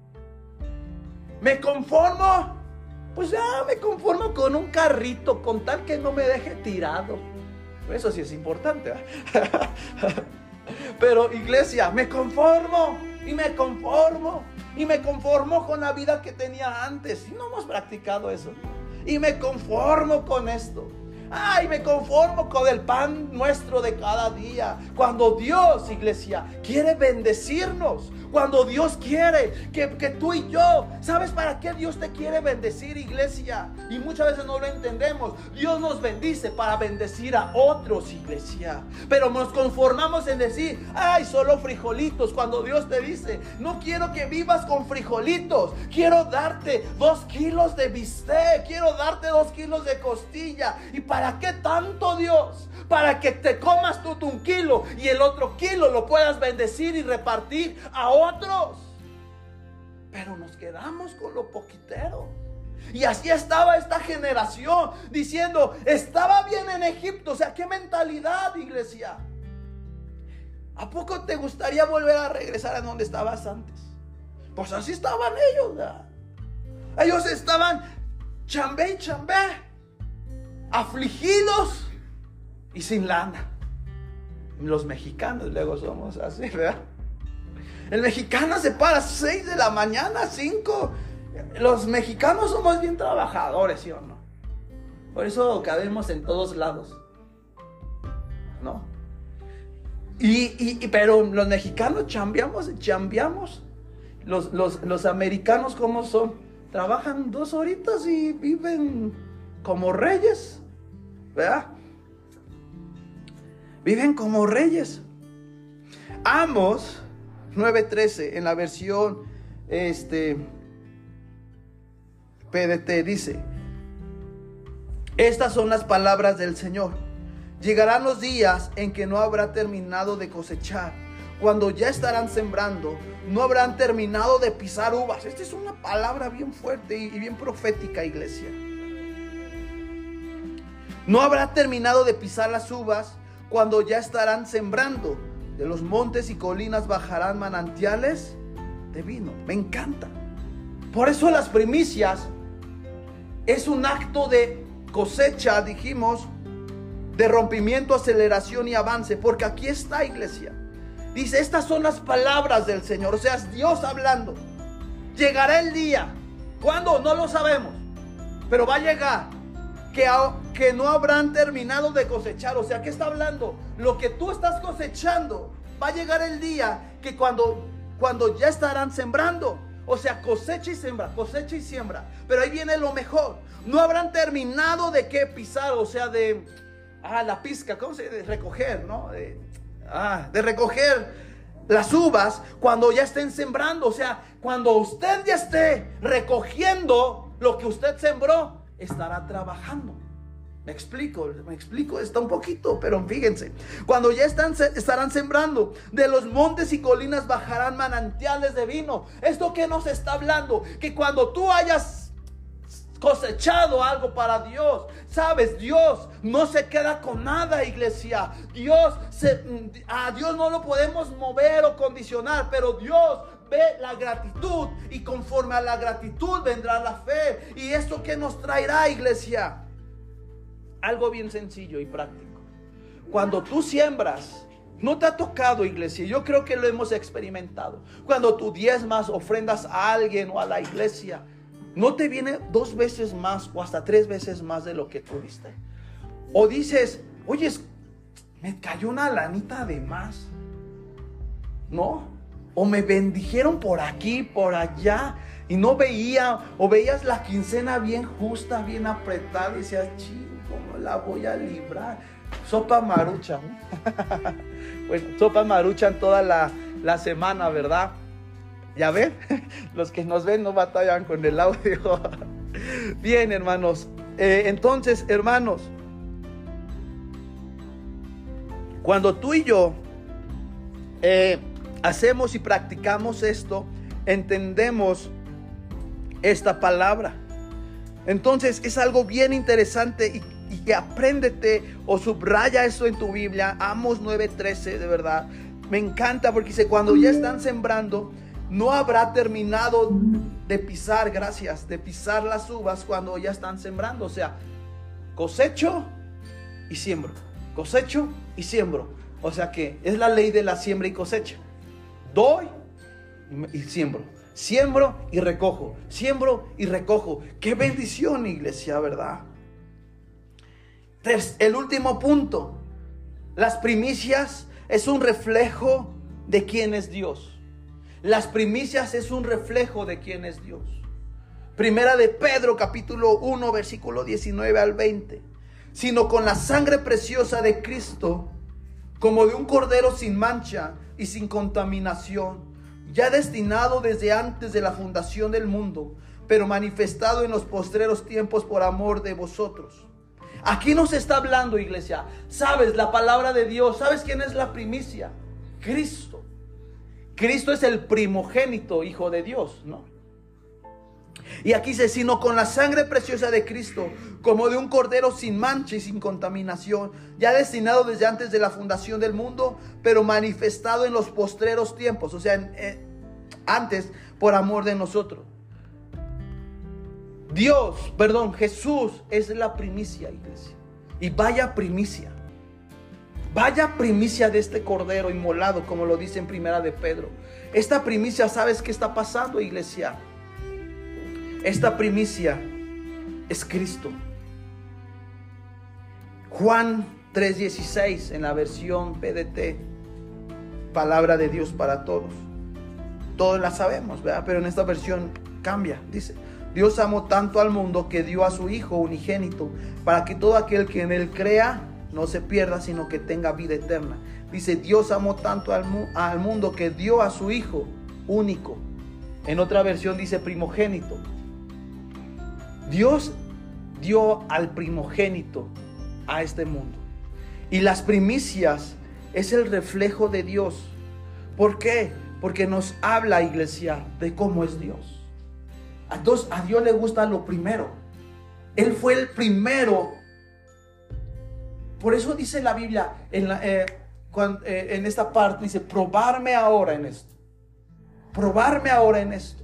Me conformo, pues ya me conformo con un carrito, con tal que no me deje tirado. Eso sí es importante, ¿verdad? Pero, iglesia, me conformo y me conformo y me conformo con la vida que tenía antes. Y no hemos practicado eso. Y me conformo con esto. Ay, me conformo con el pan nuestro de cada día. Cuando Dios, iglesia, quiere bendecirnos, cuando Dios quiere que tú y yo, ¿sabes para qué Dios te quiere bendecir, iglesia? Y muchas veces no lo entendemos. Dios nos bendice para bendecir a otros, iglesia. Pero nos conformamos en decir, ay, solo frijolitos. Cuando Dios te dice, no quiero que vivas con frijolitos. Quiero darte 2 kilos de bistec. Quiero darte 2 kilos de costilla. ¿Y para qué tanto, Dios? Para que te comas tú 1 kilo y el otro kilo lo puedas bendecir y repartir a otros. Pero nos quedamos con lo poquitero. Y así estaba esta generación diciendo, estaba bien en Egipto. O sea, ¿qué mentalidad, iglesia? ¿A poco te gustaría volver a regresar a donde estabas antes? Pues así estaban ellos, ¿verdad? Ellos estaban chambé y chambé, afligidos y sin lana. Los mexicanos luego somos así, ¿verdad? El mexicano se para a 6 de la mañana, 5. Los mexicanos somos bien trabajadores, ¿sí o no? Por eso cabemos en todos lados, ¿no? Pero los mexicanos chambeamos. Los americanos, ¿cómo son? Trabajan 2 horitas y viven como reyes, ¿verdad? Viven como reyes. Amos 9:13 en la versión PDT dice: estas son las palabras del Señor. Llegarán los días en que no habrá terminado de cosechar. Cuando ya estarán sembrando, no habrán terminado de pisar uvas. Esta es una palabra bien fuerte y bien profética, iglesia. No habrá terminado de pisar las uvas cuando ya estarán sembrando. De los montes y colinas bajarán manantiales de vino. Me encanta. Por eso las primicias es un acto de cosecha, dijimos, de rompimiento, aceleración y avance. Porque aquí está, iglesia. Dice, estas son las palabras del Señor. O sea, es Dios hablando. Llegará el día. ¿Cuándo? No lo sabemos. Pero va a llegar. Que no habrán terminado de cosechar. O sea, ¿qué está hablando? Lo que tú estás cosechando, va a llegar el día que cuando ya estarán sembrando. O sea, cosecha y siembra. Pero ahí viene lo mejor. No habrán terminado de qué pisar. O sea, de la pizca, ¿cómo se dice? De recoger, ¿no? De recoger las uvas cuando ya estén sembrando. O sea, cuando usted ya esté recogiendo lo que usted sembró, estará trabajando. Me explico, está un poquito, pero fíjense. Cuando ya estarán sembrando, de los montes y colinas bajarán manantiales de vino. ¿Esto qué nos está hablando? Que cuando tú hayas cosechado algo para Dios, sabes, Dios no se queda con nada, iglesia. A Dios no lo podemos mover o condicionar, pero Dios ve la gratitud, y conforme a la gratitud vendrá la fe. ¿Y esto qué nos traerá, iglesia? Algo bien sencillo y práctico. Cuando tú siembras, no te ha tocado, iglesia, yo creo que lo hemos experimentado. Cuando tú diezmas, ofrendas a alguien o a la iglesia, no te viene 2 veces más o hasta 3 veces más de lo que tú diste. O dices, oye, me cayó una lanita de más, ¿no? O me bendijeron por aquí, por allá, y no veía, o veías la quincena bien justa, bien apretada, y decías, ¿cómo la voy a librar? Sopa maruchan. Bueno, sopa maruchan toda la semana, ¿verdad? ¿Ya ven? Los que nos ven no batallan con el audio. Bien, hermanos. Entonces, hermanos, cuando tú y yo hacemos y practicamos esto, entendemos esta palabra. Entonces es algo bien interesante y que apréndete o subraya eso en tu Biblia. Amos 9:13, de verdad. Me encanta porque dice, cuando ya están sembrando, no habrá terminado de pisar, de pisar las uvas cuando ya están sembrando. O sea, cosecho y siembro. Cosecho y siembro. O sea que es la ley de la siembra y cosecha. Doy y siembro. Siembro y recojo. Siembro y recojo. Qué bendición, iglesia, ¿verdad? El último punto. Las primicias es un reflejo de quién es Dios. Las primicias es un reflejo de quién es Dios. Primera de Pedro, capítulo 1, versículo 19 al 20. Sino con la sangre preciosa de Cristo, como de un cordero sin mancha y sin contaminación, ya destinado desde antes de la fundación del mundo, pero manifestado en los postreros tiempos por amor de vosotros. Aquí nos está hablando, iglesia. ¿Sabes? La palabra de Dios. ¿Sabes quién es la primicia? Cristo. Cristo es el primogénito, hijo de Dios, ¿no? Y aquí dice, sino con la sangre preciosa de Cristo, como de un cordero sin mancha y sin contaminación, ya destinado desde antes de la fundación del mundo, pero manifestado en los postreros tiempos, o sea, antes por amor de nosotros. Jesús es la primicia, iglesia. Y vaya primicia. Vaya primicia de este cordero inmolado, como lo dice en Primera de Pedro. Esta primicia, ¿sabes qué está pasando, iglesia? Esta primicia es Cristo. Juan 3:16 en la versión PDT, palabra de Dios para todos. Todos la sabemos, ¿verdad? Pero en esta versión cambia. Dice: Dios amó tanto al mundo que dio a su Hijo unigénito, para que todo aquel que en él crea no se pierda, sino que tenga vida eterna. Dice: Dios amó tanto al mundo que dio a su Hijo único. En otra versión dice primogénito. Dios dio al primogénito a este mundo. Y las primicias es el reflejo de Dios. ¿Por qué? Porque nos habla, iglesia, de cómo es Dios. Entonces, a Dios le gusta lo primero. Él fue el primero. Por eso dice la Biblia en esta parte, dice: probarme ahora en esto. Probarme ahora en esto.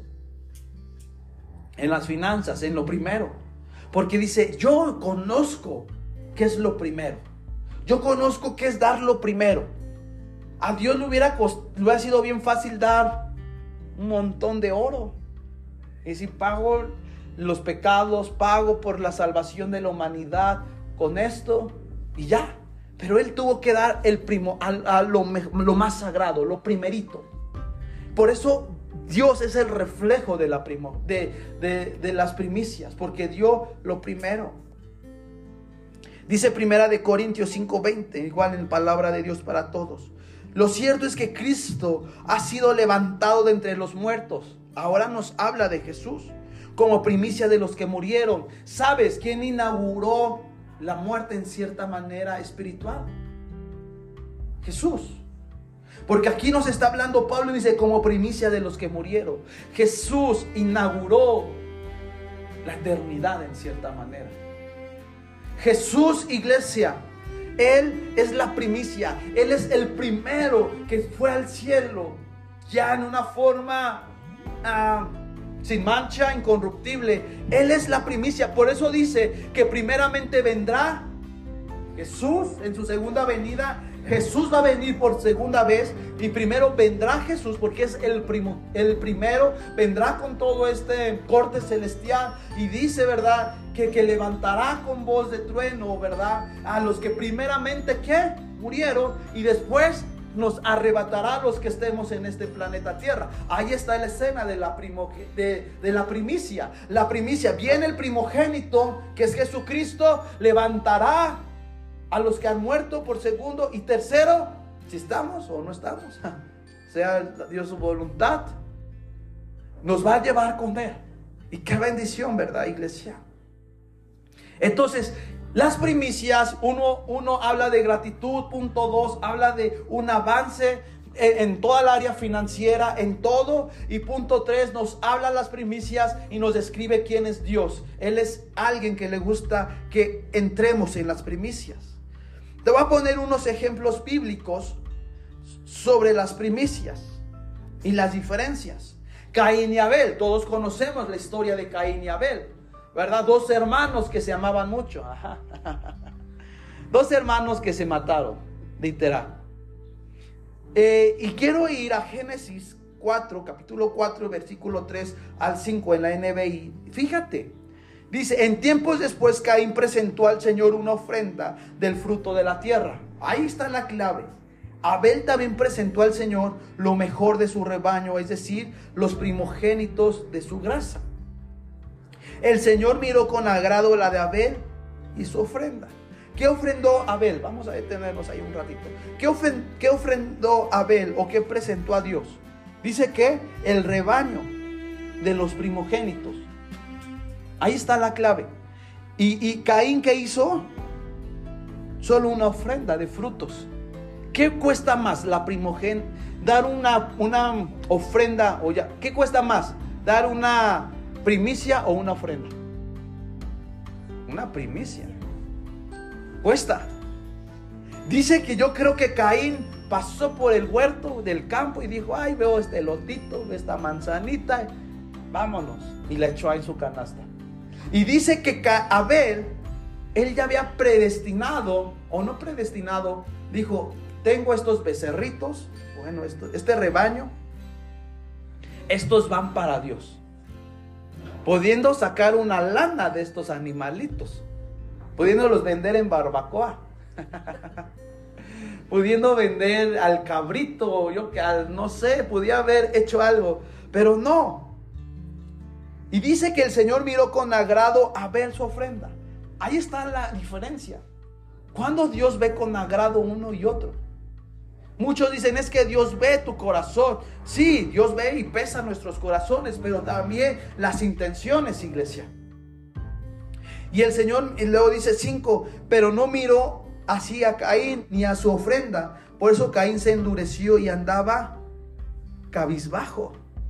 En las finanzas, en lo primero. Porque dice: yo conozco qué es lo primero. Yo conozco qué es dar lo primero. A Dios le hubiera sido bien fácil dar un montón de oro. Y si pago los pecados, pago por la salvación de la humanidad con esto y ya. Pero Él tuvo que dar lo más sagrado, lo primerito. Por eso Dios es el reflejo de las primicias, porque dio lo primero. Dice Primera de Corintios 5:20, igual en palabra de Dios para todos: lo cierto es que Cristo ha sido levantado de entre los muertos. Ahora nos habla de Jesús como primicia de los que murieron. ¿Sabes quién inauguró la muerte en cierta manera espiritual? Jesús. Porque aquí nos está hablando Pablo y dice: como primicia de los que murieron. Jesús inauguró la eternidad en cierta manera. Jesús, iglesia, Él es la primicia. Él es el primero que fue al cielo, ya en una forma sin mancha, incorruptible. Él es la primicia. Por eso dice que primeramente vendrá Jesús en su segunda venida. Jesús va a venir por segunda vez, y primero vendrá Jesús porque es el primero. Vendrá con todo este corte celestial, y dice, ¿verdad?, que levantará con voz de trueno, ¿verdad?, a los que primeramente, ¿qué?, murieron, y después nos arrebatará a los que estemos en este planeta Tierra. Ahí está la escena de la primicia. La primicia, viene el primogénito, que es Jesucristo, levantará a los que han muerto por segundo y tercero, si estamos o no estamos, sea Dios su voluntad, nos va a llevar con Él. Y qué bendición, ¿verdad, iglesia? Entonces, las primicias, uno habla de gratitud. Punto 2, habla de un avance en toda el área financiera, en todo. Y punto 3, nos habla las primicias y nos describe quién es Dios. Él es alguien que le gusta que entremos en las primicias. Te voy a poner unos ejemplos bíblicos sobre las primicias y las diferencias. Caín y Abel, todos conocemos la historia de Caín y Abel, ¿verdad? Dos hermanos que se amaban mucho. Dos hermanos que se mataron, literal. Y quiero ir a Génesis 4, capítulo 4, versículo 3 al 5 en la NBI. Fíjate, Dice, en tiempos después Caín presentó al Señor una ofrenda del fruto de la tierra. Ahí está la clave. Abel también presentó al Señor lo mejor de su rebaño, es decir, los primogénitos de su grasa. El Señor miró con agrado la de Abel y su ofrenda. ¿Qué ofrendó Abel? Vamos a detenernos ahí un ratito. ¿Qué ofrendó Abel o qué presentó a Dios? Dice que el rebaño de los primogénitos. Ahí está la clave. ¿Y Caín qué hizo? Solo una ofrenda de frutos. ¿Qué cuesta más la primogénita? Dar una ofrenda, o ya, ¿qué cuesta más? ¿Dar una primicia o una ofrenda? Una primicia. Cuesta. Dice que yo creo que Caín pasó por el huerto del campo y dijo, ay, veo este lotito, veo esta manzanita, vámonos. Y la echó ahí en su canasta. Y dice que Abel, él ya había predestinado, o no predestinado, dijo, tengo estos becerritos, bueno, este rebaño, estos van para Dios. Pudiendo sacar una lana de estos animalitos, pudiéndolos vender en barbacoa, pudiendo vender al cabrito, yo que no sé, podía haber hecho algo, pero no. Y dice que el Señor miró con agrado a ver su ofrenda. Ahí está la diferencia. Cuando Dios ve con agrado uno y otro. Muchos dicen, es que Dios ve tu corazón. Sí, Dios ve y pesa nuestros corazones, pero también las intenciones, iglesia. Y el Señor, y luego dice 5, pero no miró así a Caín ni a su ofrenda. Por eso Caín se endureció y andaba cabizbajo.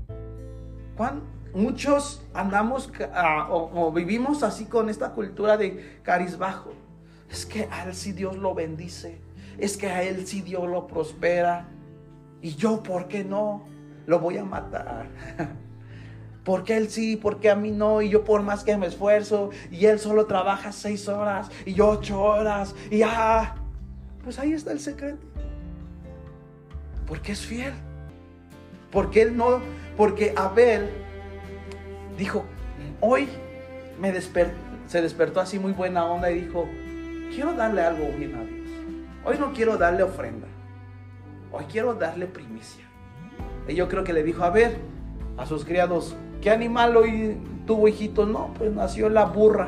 Muchos andamos o vivimos así con esta cultura de cabizbajo. Es que a él sí Dios lo bendice. Es que a él sí Dios lo prospera. Y yo, ¿por qué no? Lo voy a matar. ¿Por qué él sí? ¿Por qué a mí no? Y yo por más que me esfuerzo. Y él solo trabaja 6 horas. Y yo 8 horas. Y pues ahí está el secreto. Porque es fiel. Porque él no. Porque Abel dijo, hoy se despertó así muy buena onda y dijo, quiero darle algo bien a Dios. Hoy no quiero darle ofrenda. Hoy quiero darle primicia. Y yo creo que le dijo, a ver, a sus criados, ¿qué animal hoy tuvo hijitos? No, pues nació la burra.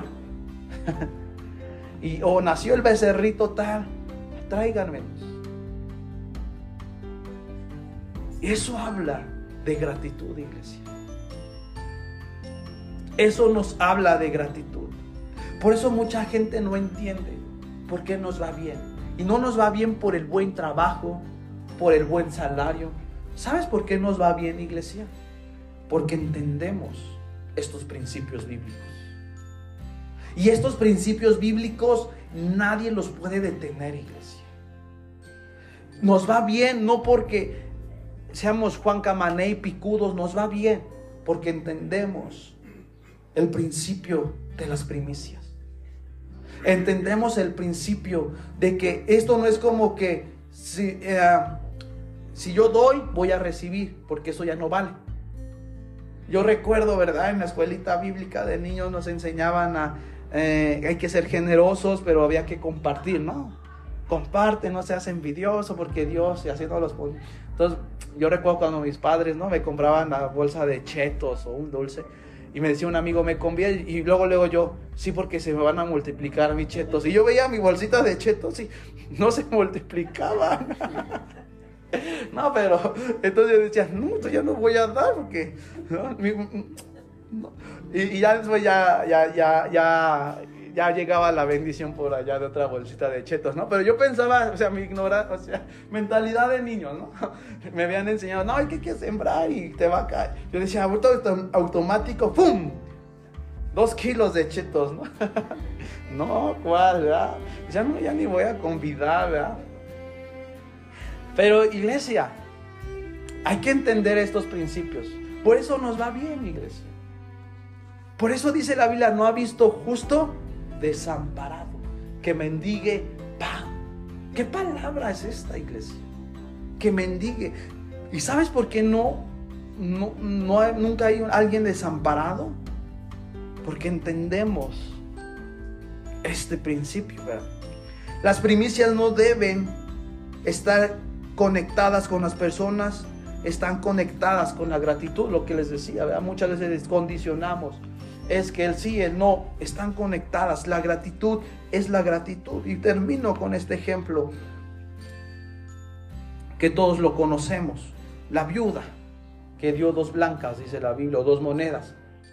O nació el becerrito tal. Tráiganmelos. Eso habla de gratitud, iglesia. Eso nos habla de gratitud. Por eso mucha gente no entiende por qué nos va bien. Y no nos va bien por el buen trabajo, por el buen salario. ¿Sabes por qué nos va bien, iglesia? Porque entendemos estos principios bíblicos. Y estos principios bíblicos nadie los puede detener, iglesia. Nos va bien no porque seamos Juan Camané y picudos, nos va bien porque entendemos el principio de las primicias. Entendemos el principio de que esto no es como que si yo doy, voy a recibir, porque eso ya no vale. Yo recuerdo, ¿verdad? En la escuelita bíblica de niños nos enseñaban hay que ser generosos, pero había que compartir, ¿no? Comparte, no seas envidioso, porque Dios y haciendo los... Entonces, yo recuerdo cuando mis padres, ¿no? Me compraban la bolsa de chetos o un dulce. Y me decía un amigo, me conviene, y luego yo, sí, porque se me van a multiplicar mis chetos. Y yo veía mi bolsita de chetos y no se multiplicaban. No, pero entonces yo decía, no, esto ya no voy a dar porque... ¿no? Y ya después ya llegaba la bendición por allá de otra bolsita de chetos, ¿no? Pero yo pensaba, o sea, mentalidad de niño, ¿no? Me habían enseñado, no, hay que sembrar y te va a caer. Yo decía, automático, ¡pum! 2 kilos de chetos, ¿no? No, ¿cuál, verdad? Ya ni voy a convidar, ¿verdad? Pero, iglesia, hay que entender estos principios. Por eso nos va bien, iglesia. Por eso dice la Biblia, no ha visto justo desamparado, que mendigue pan. ¿Qué palabra es esta, iglesia? Que mendigue. ¿Y sabes por qué nunca hay alguien desamparado? porque entendemos este principio, ¿verdad? Las primicias no deben estar conectadas con las personas, están conectadas con la gratitud, lo que les decía, ¿verdad? Muchas veces les condicionamos, es que el sí, el no, están conectadas, la gratitud es la gratitud. Y termino con este ejemplo que todos lo conocemos, la viuda que dio 2 blancas, dice la Biblia, o 2 monedas.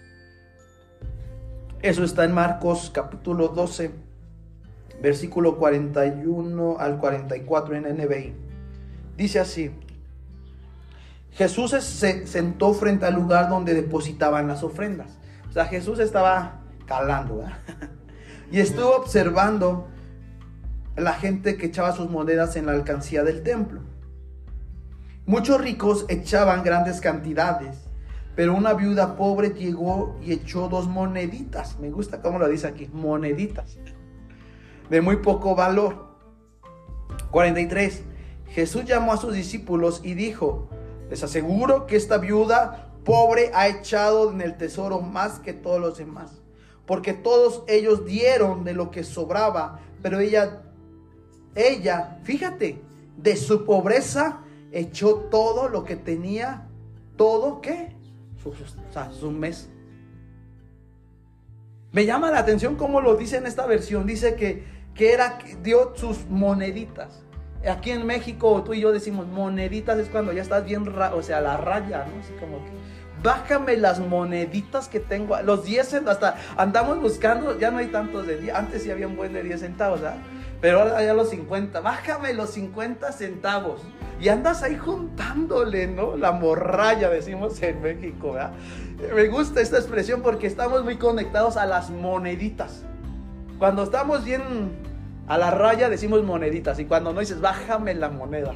Eso está en Marcos capítulo 12, versículo 41 al 44 en NBI. Dice así: Jesús se sentó frente al lugar donde depositaban las ofrendas. O sea, Jesús estaba calando, ¿verdad? Y estuvo observando la gente que echaba sus monedas en la alcancía del templo. Muchos ricos echaban grandes cantidades, pero una viuda pobre llegó y echó 2 moneditas. Me gusta cómo lo dice aquí, moneditas, de muy poco valor. 43. Jesús llamó a sus discípulos y dijo: les aseguro que esta viuda pobre ha echado en el tesoro más que todos los demás, porque todos ellos dieron de lo que sobraba, pero ella, fíjate, de su pobreza echó todo lo que tenía, todo, ¿qué? Su mes. Me llama la atención cómo lo dice en esta versión. Dice que dio sus moneditas. Aquí en México tú y yo decimos moneditas, es cuando ya estás bien, o sea, la raya, ¿no? Así como que bájame las moneditas que tengo, los 10 hasta andamos buscando, ya no hay tantos de 10, antes sí había un buen de 10 centavos, ¿verdad? Pero ahora ya los 50, bájame los 50 centavos. Y andas ahí juntándole, ¿no? La morralla, decimos en México, ¿verdad? Me gusta esta expresión porque estamos muy conectados a las moneditas. Cuando estamos bien a la raya decimos moneditas, y cuando no dices bájame la moneda.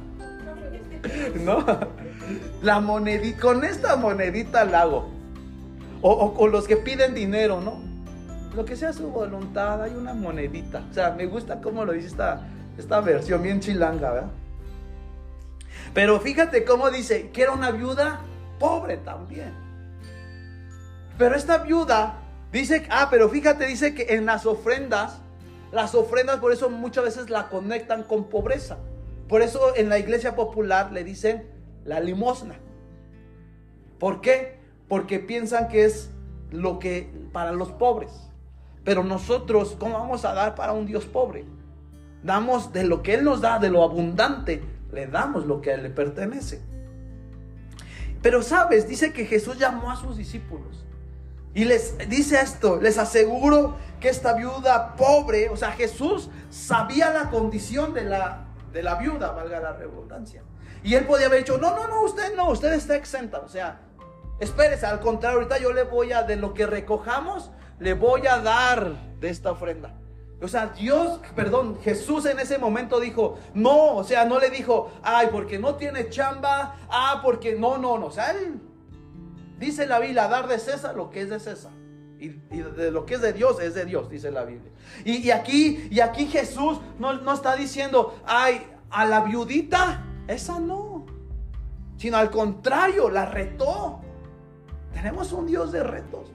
¿No? La monedita, con esta monedita la hago. O los que piden dinero, ¿no? Lo que sea su voluntad, hay una monedita. O sea, me gusta cómo lo dice esta versión bien chilanga, ¿verdad? Pero fíjate cómo dice que era una viuda pobre también. Pero esta viuda dice, pero fíjate, dice que en las ofrendas por eso muchas veces la conectan con pobreza. Por eso en la iglesia popular le dicen la limosna. ¿Por qué? Porque piensan que es lo que para los pobres. Pero nosotros, ¿cómo vamos a dar para un Dios pobre? Damos de lo que Él nos da, de lo abundante, le damos lo que a Él le pertenece. Pero sabes, dice que Jesús llamó a sus discípulos y les dice esto: les aseguro que esta viuda pobre, o sea, Jesús sabía la condición de la viuda, valga la redundancia. Y Él podía haber dicho, no, usted está exenta. O sea, espérese, al contrario, ahorita yo le voy a, de lo que recojamos, le voy a dar de esta ofrenda. O sea, Jesús en ese momento dijo, no, o sea, no le dijo, ay, porque no tiene chamba, porque no, o sea, Él dice la Biblia, dar de César lo que es de César. Y de lo que es de Dios, dice la Biblia. Y aquí Jesús no está diciendo, ay, a la viudita, esa no. Sino al contrario, la retó. Tenemos un Dios de retos.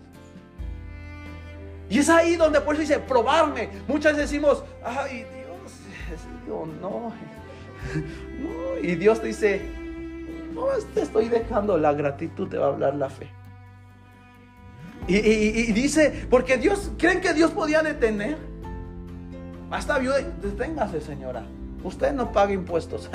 Y es ahí donde por eso dice, probarme. Muchas veces decimos, ay, Dios, no. Y Dios te dice, no, te estoy dejando, la gratitud te va a hablar la fe. Y dice, porque ¿creen que Dios podía detener? Basta, viuda, deténgase, señora. Usted no paga impuestos.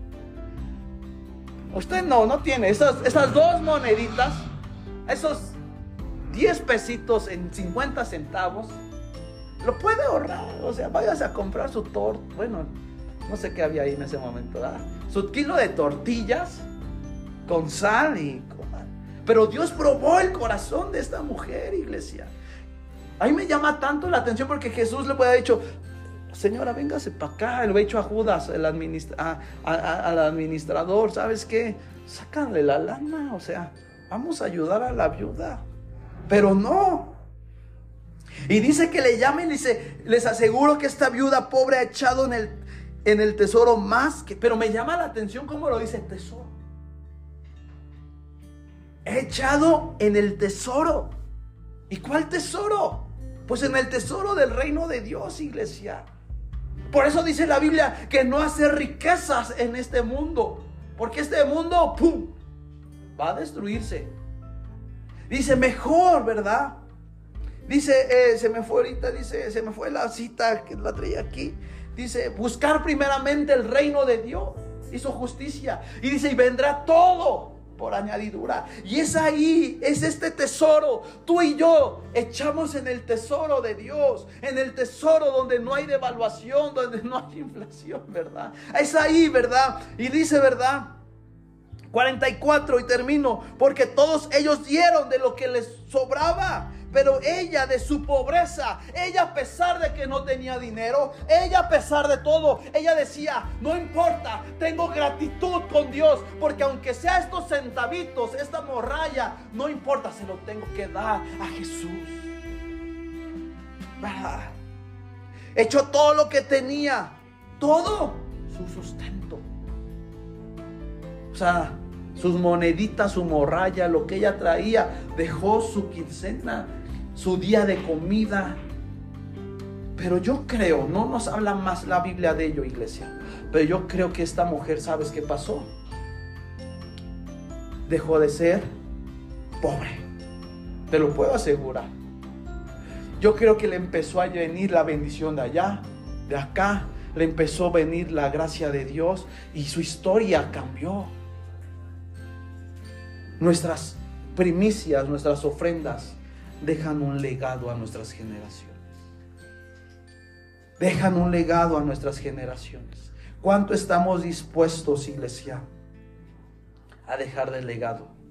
Usted no tiene esas 2 moneditas, esos 10 pesitos en 50 centavos, lo puede ahorrar. O sea, váyase a comprar su bueno, no sé qué había ahí en ese momento, ¿verdad? Su kilo de tortillas con sal pero Dios probó el corazón de esta mujer, iglesia. A mí me llama tanto la atención porque Jesús le puede haber dicho, señora, véngase para acá. Lo he hecho a Judas, al administrador, ¿sabes qué? Sácanle la lana, o sea, vamos a ayudar a la viuda. Pero no. Y dice que le llama y dice, les aseguro que esta viuda pobre ha echado en el tesoro más que... Pero me llama la atención cómo lo dice, tesoro. He echado en el tesoro. ¿Y cuál tesoro? Pues en el tesoro del reino de Dios, iglesia. Por eso dice la Biblia que no hace riquezas en este mundo, porque este mundo, ¡pum!, va a destruirse. Dice mejor, ¿verdad? Dice, se me fue ahorita, dice, se me fue la cita que la traía aquí. Dice, buscar primeramente el reino de Dios y su justicia. Y dice, y vendrá todo por añadidura. Y es ahí, es este tesoro. Tú y yo echamos en el tesoro de Dios, en el tesoro donde no hay devaluación, donde no hay inflación, ¿verdad? Es ahí, ¿verdad? Y dice, ¿verdad? 44 y termino, porque todos ellos dieron de lo que les sobraba, pero ella de su pobreza, ella a pesar de que no tenía dinero, ella a pesar de todo, ella decía, no importa, tengo gratitud con Dios, porque aunque sea estos centavitos, esta morralla, no importa, se lo tengo que dar a Jesús, ¿verdad? Echó todo lo que tenía, todo su sustento, o sea, sus moneditas, su morralla, lo que ella traía, dejó su quincena, su día de comida. Pero yo creo, no nos habla más la Biblia de ello, iglesia, pero yo creo que esta mujer, ¿sabes qué pasó? Dejó de ser pobre, te lo puedo asegurar. Yo creo que le empezó a venir la bendición de allá, de acá, le empezó a venir la gracia de Dios y su historia cambió. Nuestras primicias, nuestras ofrendas dejan un legado a nuestras generaciones. Dejan un legado a nuestras generaciones. ¿Cuánto estamos dispuestos, iglesia, a dejar de legado?